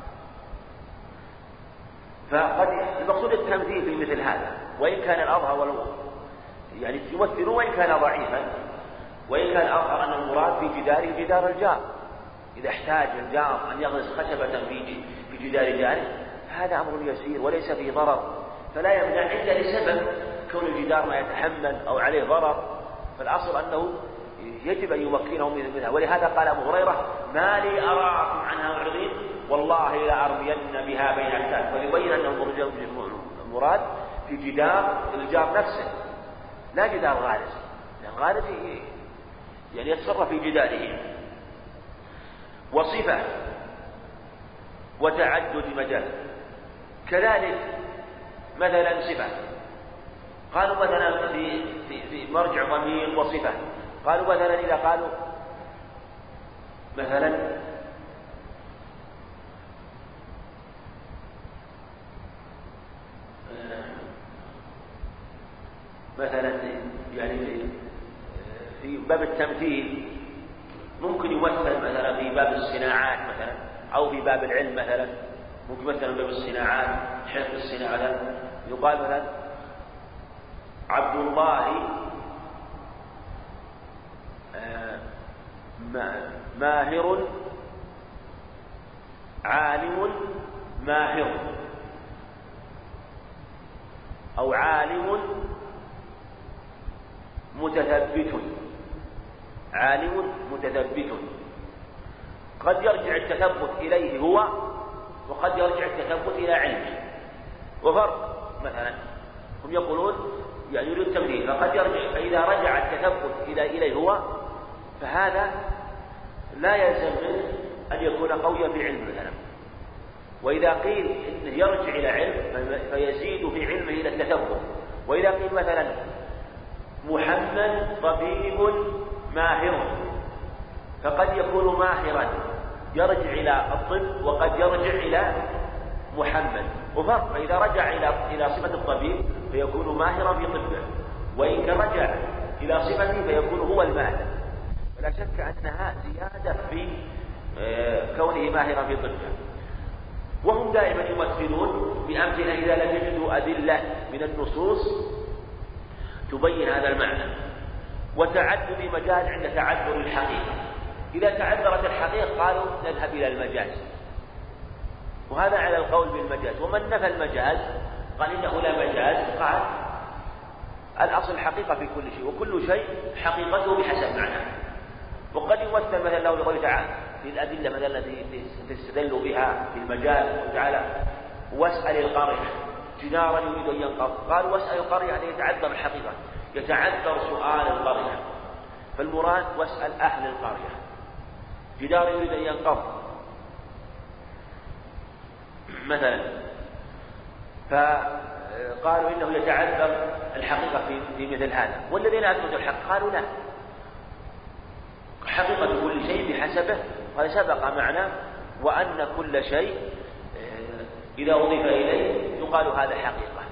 فقد المقصود التمثيل في مثل هذا، وإن كان الأظهر ولو يعني يمثل وإن كان ضعيفا، وإن كان الأظهر أن المراد في جداره جدار الجار. إذا احتاج الجار أن يغرز خشبة في في جدار جاره هذا أمر يسير وليس فيه ضرر، فلا يمنع إلا لسبب كون الجدار ما يتحمل أو عليه ضرر، فالأصل أنه يجب أن يمكنه منها. ولهذا قال أبو هريرة ما لي أراكم عنها معرضين والله لأرمين بها بين أكتاف، فيبين أنه المراد في جدار الجار نفسه لا جدار غارس، لأن غارس يعني يتصرف في جداره. وصفة وتعدد مجال كذلك، مثلا صفة قالوا مثلا في, في, في مرجع ضمير وصفة، قالوا مثلا إذا قالوا مثلا مثلا يعني في باب التمثيل ممكن يمثل مثلا في باب الصناعات مثلا أو في باب العلم مثلا، ممكن مثلا باب الصناعات حفظ الصناعة يقال مثلا عبد الله ماهر عالم ماهر، أو عالم متثبت عالم متثبت. قد يرجع التثبت إليه هو وقد يرجع التثبت إلى علمه، وفرق مثلا هم يقولون يعني يريد التمثيل، فقد يرجع فإذا رجع التثبت إلى إليه هو فهذا لا يلزم منه أن يكون قويا في علم مثلا، وإذا قيل إنه يرجع إلى علم فيزيد في علمه إلى التثبت. وإذا قيل مثلا محمد طبيب ماهر، فقد يكون ماهرا يرجع إلى الطب وقد يرجع إلى محمد، وفرق. فإذا رجع إلى إلى صفة الطبيب فيكون ماهرا في طبه، وإن رجع إلى صفته فيكون هو الماهر. ولا شك أنها زيادة في كونه ماهرا في طبه. وهم دائما يمثلون بأمثلة إذا لم يجدوا أدلة من النصوص تبين هذا المعنى. وتعدد مجال عند تعذر الحقيقة، إذا تعذرت الحقيقة قالوا نذهب إلى المجاز، وهذا على القول بالمجاز. ومن نفى المجاز قال إنه لا مجاز، قال الأصل الحقيقة في كل شيء، وكل شيء حقيقته بحسب معناه. وقد يمثل مثلا لو لقوله تعالى في الأدلة مثلا التي تستدل بها في المجال تعالى واسأل القرية جدارا يريد أن ينقض، قال واسأل القرية يعني يتعذر الحقيقة، يتعذر سؤال القرية، فالمراد واسأل أهل القرية جدار يريد أن ينقض مثلا، فقالوا إنه يتعذر الحقيقة في, في مثل هذا. والذين أثبتوا الحق قالوا لا، حقيقة كل شيء بحسبه، وهذا سبق معنا، وأن كل شيء إذا أضيف إليه يقال هذا حقيقة.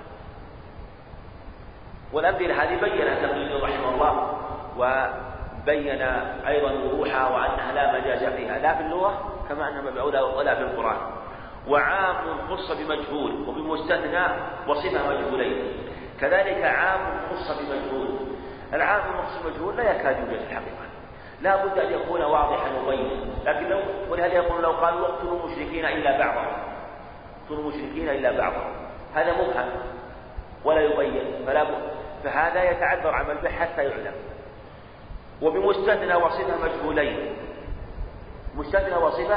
والأمثلة هذه بينها التقييد رحمه الله، وبين أيضا وضوحها وأنها لا مجاز فيها لا في اللغة كما أنها مبعوثة ولا في القرآن. وعام خص بمجهول وبمستثنى وصفة مجهولين، كذلك عام خص بمجهول. العام المخصوص بمجهول لا يكاد يوجد في الحقيقة، لا بد أن يكون واضحا مبينا. لكن لو ولهذا يقول لو قالوا اقتلوا المشركين إلا بعضهم، اقتلوا المشركين إلا بعضهم، هذا مبهم ولا يبين، فلا بد، فهذا يتعذر عمل به حتى يعلم. وبمستثنى وصفة مجهولين، مستثنى وصفة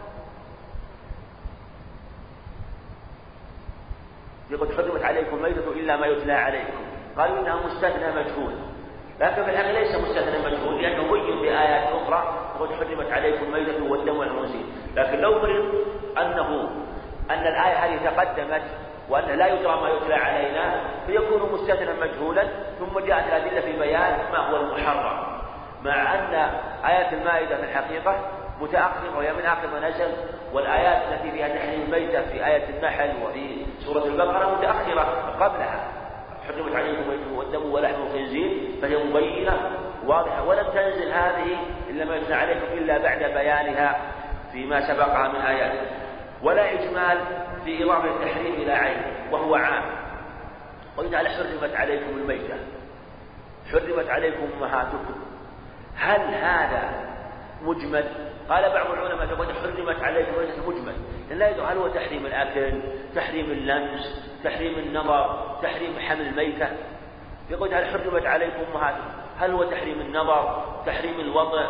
يقول حرمت عليكم الميتة إلا ما يتلى عليكم، قالوا إنها مستثنى مجهول، لكن في الحقيقة ليس مستثنى مجهول، لأنه بين في آيات أخرى يقول حرمت عليكم الميتة والدم والخنزير. لكن لو فرض أنه أن الآية هذه تقدمت وأن لا يدرى ما يتلى علينا فيكون مستثنى مجهولا، ثم جاءت الأدلة في بيان ما هو المحرم، مع أن آيات المائدة في الحقيقة متأخرة وهي من آخر ما نزل، والآيات التي فيها تحريم الميتة في آية النحل وفي سورة البقرة متأخرة قبلها، حرمت عليكم الميتة والدم ولحم الخنزير، فهي مبينة واضحة، ولم تنزل هذه إلا ما يتلى عليكم إلا بعد بيانها فيما سبقها من آيات. ولا إجمال في إضافة التحريم إلى عين وهو عام. قلت على حرمت عليكم الميتة، حرمت عليكم أمهاتكم، هل هذا مجمل؟ قال بعض العلماء يقول حرمت عليكم الميتة مجمل، لا يدعو هل هو تحريم الأكل، تحريم اللمس، تحريم النظر، تحريم حمل الميتة. يقول هل حرمت عليكم أمهاتكم، هل هو تحريم النظر، تحريم الوضع،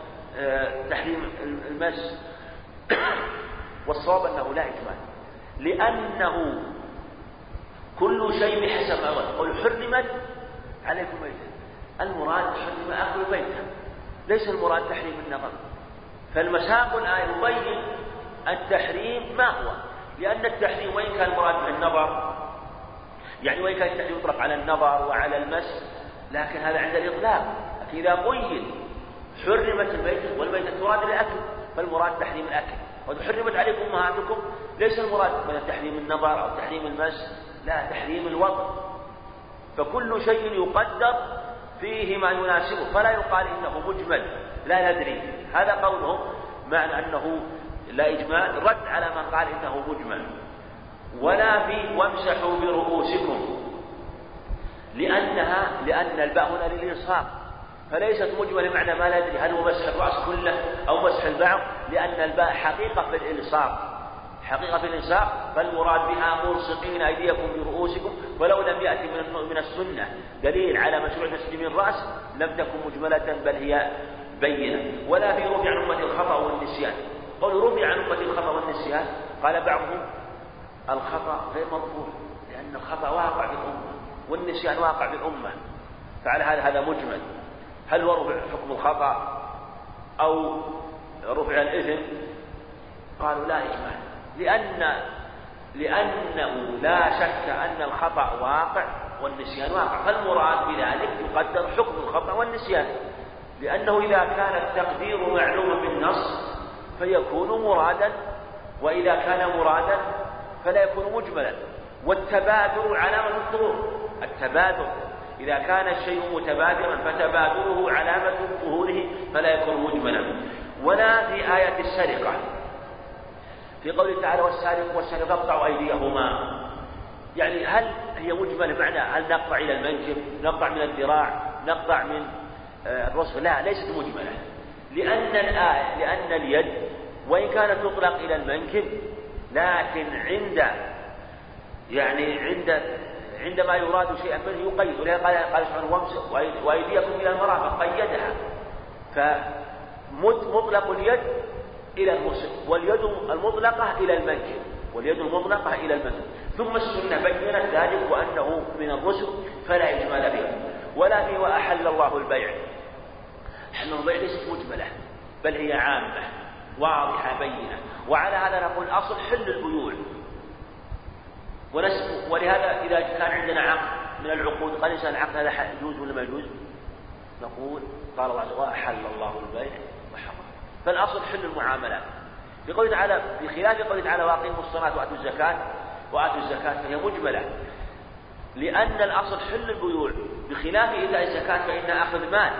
تحريم المس؟ والصواب أنه لا إجمال، لأنه كل شيء بحسب ما ورد. قل حرمت عليكم الميتة، المراد حرم أكل الميتة، ليس المراد تحريم النظر. فالمساق الآية يبين التحريم ما هو، لأن التحريم وإن كان المراد من النظر، يعني وإن كان التحريم يطلق على النظر وعلى المس، لكن هذا عند الإطلاق. لكن إذا قيل حرمت الميتة والميتة تراد للأكل فالمراد تحريم الأكل، وحرمت عليكم أمهاتكم ليس المراد من تحريم النظر أو تحريم المس، لا، تحريم الوضع. فكل شيء يقدر فيه ما يناسبه، فلا يقال إنه مجمل لا ندري. هذا قولهم، معنى أنه لا إجمال رد على من قال إنه مجمل. ولا في وامسحوا برؤوسكم، لأنها لأن الباء هنا للإلصاق، فليست مجمل معنى ما ندري هل هو مسح الرأس كله أو مسح البعض، لأن الباء حقيقة في الإلصاق، حقيقة في الإلصاق، فالمراد بها ملصقين أيديكم برؤوسكم. ولو لم يأتي من السنة دليل على مشروع تسليم الرأس لم تكن مجملة بل هي بينة. ولا في رفع عن أمة الخطأ والنسيان، قالوا رفع عن أمة الخطأ والنسيان، قال بعضهم الخطأ غير مرفوع لأن الخطأ واقع في الأمة والنسيان واقع في الأمة، فعلى هذا هذا مجمل. هل هو رفع حكم الخطأ أو رفع الإثم؟ قالوا لا إجمال، لأن لأنه لا شك أن الخطأ واقع والنسيان واقع، فالمراد بذلك يقدر حكم الخطأ والنسيان، لأنه إذا كان التقدير معلوما بالنص فيكون مرادا، وإذا كان مرادا فلا يكون مجملا. والتبادر علامة الظهور، التبادر إذا كان الشيء متبادرا فتبادره علامة ظهوره فلا يكون مجملا. ولا في آية السرقة في قوله تعالى والسارق والسارقة فاقطعوا أيديهما، يعني هل هي مجملة معنى هل نقطع إلى المنكب، نقطع من الذراع، نقطع من الرسغ؟ لا، ليست مجملة، لأن الآية لأن اليد وإن كانت تطلق إلى المنكب لكن عند يعني عند عندما يراد شيئا منه يقيد، ولهذا قال قال سبحانه وامسكوا وأيديكم إلى المرافق، قيدها. فمطلق اليد إلى المسك، واليد المطلقة إلى المنكب، واليد المطلقة إلى المنكب. ثم السنة بينت ذلك وأنه من الرسل فلا إجمال به. ولا في وأحل الله البيع، حل البيع ليست مجملة بل هي عامة واضحة بينة. وعلى هذا نقول أصل حل البيوع، ولهذا إذا كان عندنا عقد من العقود قال إنسان العقد هذا يجوز ولا ما يجوز، نقول قال الله عز وجل وأحل الله البيع وحرم، فالأصل حل المعاملات. بقوله تعالى بخلاف قوله تعالى وأقيموا الصلاة وآتوا الزكاة وآتوا الزكاة فهي مجملة، لأن الأصل حل البيوع، بخلاف إيتاء الزكاة فإن أخذ مال،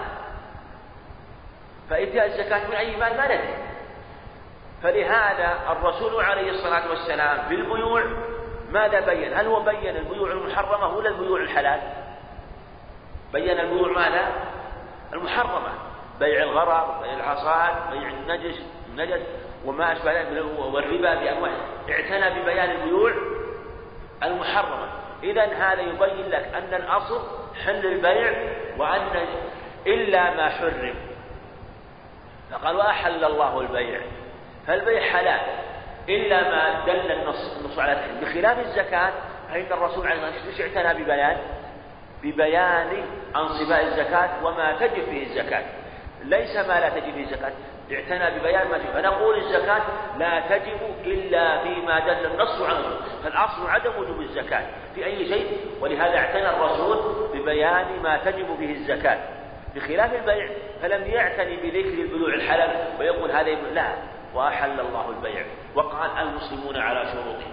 فإيتاء الزكاة من أي مال ما ندري. فلهذا الرسول عليه الصلاة والسلام في البيوع ماذا بين؟ هل هو بين البيوع المحرمة ولا البيوع الحلال؟ بين البيوع ماذا؟ المحرمة، بيع الغرر، بيع الحصاد، بيع النجس النجس وما أشبه ذلك، والربا بأنواعه، اعتنى ببيان البيوع المحرمة. إذن هذا يبين لك أن الأصل حل البيع، وأن إلا ما حرم، فقال وأحل الله البيع، فالبيع حلال إلا ما دل النص, النص على الحل. بخلاف الزكاة فإن الرسول عليه الصلاة والسلام اعتنى ببيان ببيان أنصباء الزكاة وما تجب فيه الزكاة، ليس ما لا تجب فيه الزكاة، اعتنى ببيان ما تجب. فنقول الزكاة لا تجب إلا فيما دل النص على، فالأصل عدم وجوب الزكاة في أي شيء، ولهذا اعتنى الرسول ببيان ما تجب فيه الزكاة. بخلاف البيع فلم يعتني بذكر البيوع الحلال ويقول هذا لا، وأحل الله البيع وقال المسلمون على شروطهم،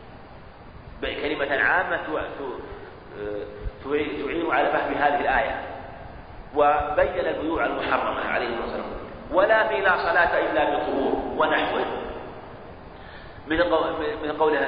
بكلمة عامة تعين على فهم هذه الآية، وبين البيوع المحرمة عليه الصلاة والسلام. ولا في لا صلاة إلا بطهور ونحوه من قولها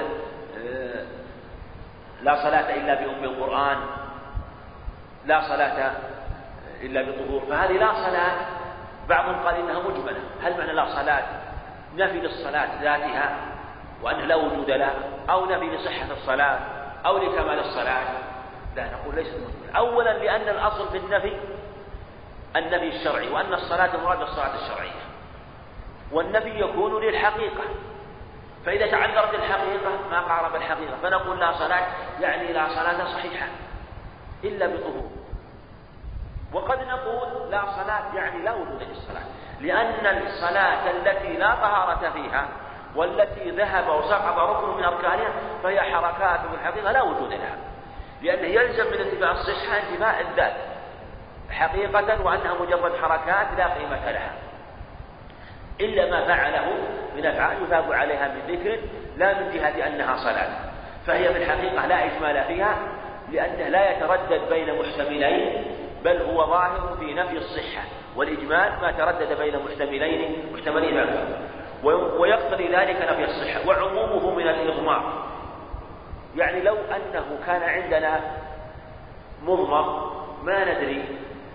لا صلاة إلا بأم القرآن، لا صلاة إلا بطهور، فهذه لا صلاة بعضهم قال إنها مجملة. هل معنى لا صلاة نفي للصلاة ذاتها وأنها لا وجود لها، أو نفي لصحة الصلاة أو لكمال الصلاة؟ لا، نقول ليست مجملة. أولا لأن الأصل في النفي النفي الشرعي، وأن الصلاة مراد الصلاة الشرعية، والنفي يكون للحقيقة، فإذا تعذرت الحقيقة ما قارب الحقيقة فنقول لا صلاة، يعني لا صلاة صحيحة إلا بطهور. وقد نقول لا صلاة يعني لا وجود للصلاة، لأن الصلاة التي لا طهارة فيها والتي ذهب وسقط ركن من أركانها فهي حركات في الحقيقة لا وجود لها، لأنه يلزم من انتفاء الصحة انتفاء الذات حقيقة، وأنها مجرد حركات لا قيمة لها، إلا ما فعله من أفعال يثاب عليها من ذكر لا من جهة أنها صلاة، فهي في الحقيقة لا إجمال فيها، لأنه لا يتردد بين محتملين، بل هو ظاهر في نفي الصحة، والإجمال ما تردد بين محتملين محتملين ويقتضي ذلك نفي الصحة. وعمومه من الإضمار، يعني لو أنه كان عندنا مضمر ما ندري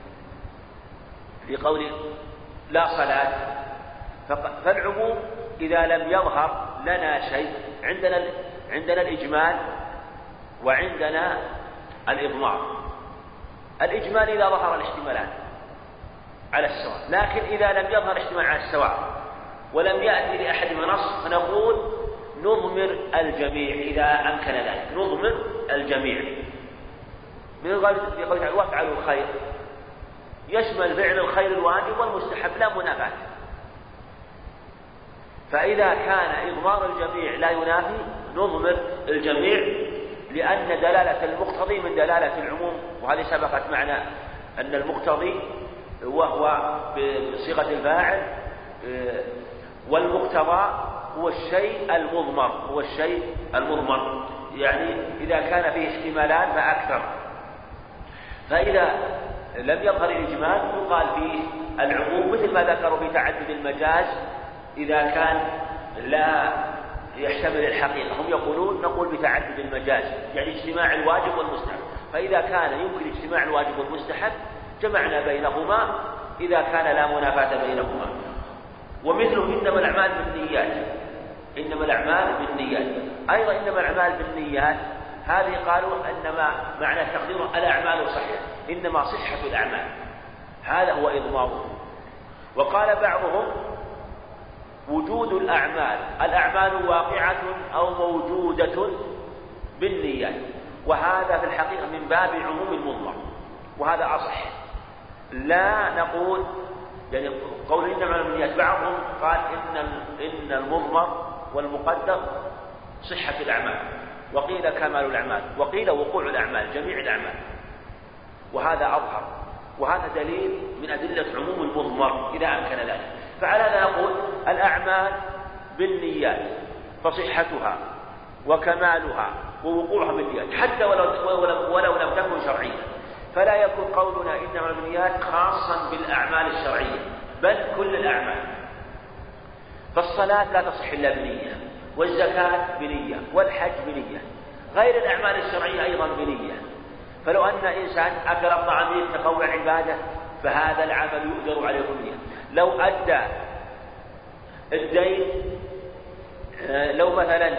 في قول لا صلاة، فالعموم إذا لم يظهر لنا شيء عندنا عندنا الإجمال وعندنا الإضمار. الإجمال إذا ظهر الاحتمالان على السواء، لكن إذا لم يظهر احتمال على السواء ولم يأتي لأحدهما نص فنقول نضمر الجميع إذا أمكن ذلك، نضمر الجميع. من قوله وافعلوا الخير يشمل فعل الخير الواجب والمستحب لا منافاة، فإذا كان إضمار الجميع لا ينافي نضمر الجميع، لأن دلالة المقتضي من دلالة العموم، وهذه سبقت معنا أن المقتضي وهو بصيغة الفاعل، والمقتضى هو الشيء المضمر، هو الشيء المضمر، يعني إذا كان فيه احتمالان فأكثر. فإذا لم يظهر الإجمال يقال فيه العموم، مثل ما ذكروا في تعدد المجاز إذا كان لا يحتمل الحقيقة. هم يقولون نقول بتعدد المجاز يعني اجتماع الواجب والمستحب، فإذا كان يمكن اجتماع الواجب والمستحب جمعنا بينهما إذا كان لا منافاة بينهما. ومثله إنما الأعمال بالنيات، إنما الأعمال بالنيات أيضا إنما الأعمال بالنيات، هذه قالوا إنما معنى تقدير الأعمال صحيحة، إنما صحة الأعمال، هذا هو إضماره. وقال بعضهم وجود الأعمال، الأعمال واقعة أو موجودة بالنيات، وهذا في الحقيقة من باب عموم المضمر، وهذا أصح. لا نقول يعني قول إنما بالنيات، بعضهم قال إن إن المضمر والمقدر صحة الأعمال، وقيل كمال الأعمال، وقيل وقوع الأعمال، جميع الأعمال، وهذا أظهر، وهذا دليل من أدلة عموم المضمر إذا أمكن ذلك. فعلى هذا نقول الأعمال بالنيات فصحتها وكمالها ووقوعها بالنيات حتى ولو, ولو, ولو لم تكن شرعية، فلا يكون قولنا إنما بالنيات خاصا بالأعمال الشرعية، بل كل الأعمال. فالصلاة لا تصح إلا بنية، والزكاة بنية، والحج بنية، غير الأعمال الشرعية أيضا بنية. فلو أن إنسان أكل الطعام ليتطوع عبادة فهذا العمل يؤجر عليه بنية. لو أدى الدين، لو مثلا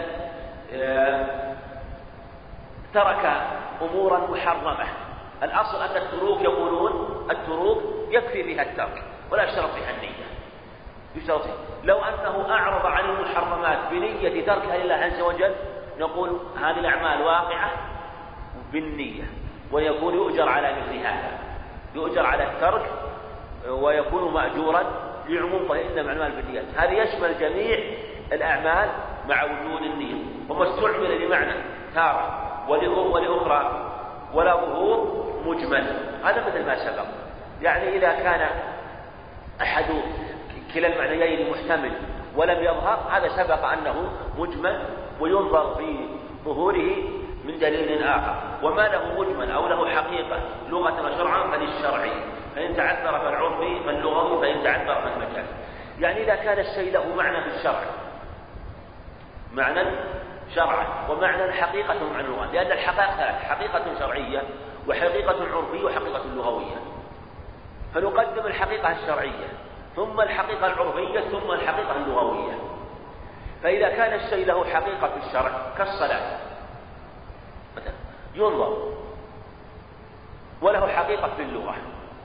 ترك أمورا محرمة، الأصل أن التروك يقولون التروك يكفي بها الترك ولا يشترط بها النية، يشترط. لو أنه أعرض عن المحرمات بنية تركها لله عز وجل نقول هذه الأعمال واقعة بالنية، ويكون يؤجر على مثل هذا، يؤجر على الترك ويكون مأجورا لعموم فإنما الأعمال بالنيات. هذا يشمل جميع الأعمال مع وجود النية، وما استعمل لمعنى تارة ولأخرى ولا ظهور مجمل، هذا مثل ما سبق. يعني إذا كان أحد كلا المعنيين محتمل ولم يظهر هذا سبق أنه مجمل، وينظر في ظهوره من دليل آخر. وما له مجمل أو له حقيقة لغة وشرعا فللشرعي، فإن تعذر فالعرفي فاللغوي، فإن تعذر فالمجاز. يعني إذا كان الشيء له معنى في الشرع، معنى شرعا ومعنى حقيقة معنى لغة، لأن الحقائق ثلاث: حقيقة شرعية وحقيقة عرفية وحقيقة لغوية، فنقدم الحقيقة الشرعية ثم الحقيقة العرفية ثم الحقيقة اللغوية. فإذا كان الشيء له حقيقة في الشرع كالصلاة مثلا ينظر، وله حقيقة في اللغة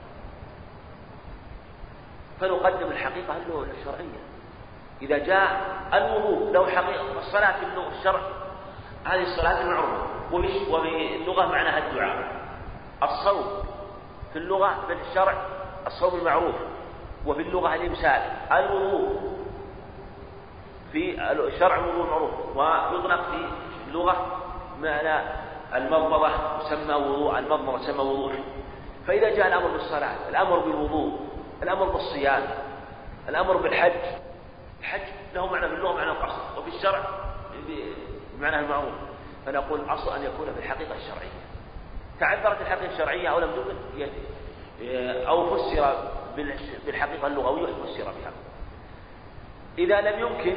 فنقدم الحقيقة الشرعية. إذا جاء الوضوء له حقيقة، الصلاة في اللغة الشرع هذه الصلاة المعروفة، وفي اللغة معناها الدعاء. الصوم في اللغة في الشرع الصوم المعروف، وفي اللغة الإمساك. الوضوء في الشرع الوضوء المعروف، ويطلق في اللغة معنى المضمضة تسمى وضوء، المضمضة تسمى وضوء. فإذا جاء الأمر بالصلاة، الأمر بالوضوء، الأمر بالصيام، الأمر بالحج، الحج له معنى في اللغة معنى القصد، وفي الشرع بمعنى المعروف، فنقول الأصل أن يكون بالحقيقة الشرعية. تعذرت الحقيقة الشرعية أو لم تكن أو فسر بالحقيقة اللغوية فسر بها. إذا لم يمكن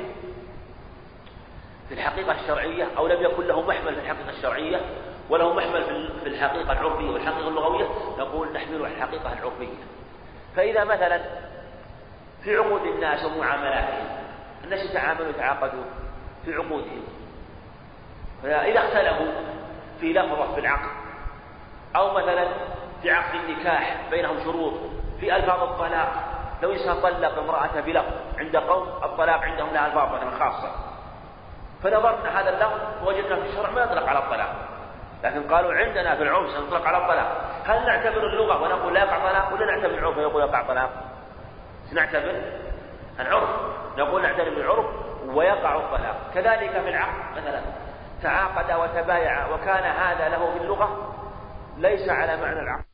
في الحقيقة الشرعية أو لم يكن له محمل في الحقيقة الشرعية وله محمل في الحقيقة العرفية والحقيقة اللغوية، نقول نحمله على الحقيقة العرفية. فإذا مثلا في عقود الناس ومعاملاتهم، الناس يتعاملوا ويتعاقدوا في عقودهم، فإذا اختلفوا في لفظة في العقد، أو مثلا في عقد النكاح بينهم شروط في ألفاظ الطلاق، لو إنسان طلق امرأته بلفظ، عند قوم الطلاق عندهم لها ألفاظ مثلا خاصة، فنظرنا هذا اللفظ وجدنا في الشرع ما يطلق على الطلاق، لكن قالوا عندنا في العرف سنطلق على الطلاق. هل نعتبر اللغة ونقول لا يقع طلاق، ولا نعتبر العرف ويقول يقع طلاق؟ نعتبر العرف، نقول نعتبر بالعرف ويقع الطلاق. كذلك في العقد مثلا تعاقد وتبايع وكان هذا له في اللغة ليس على معنى العقد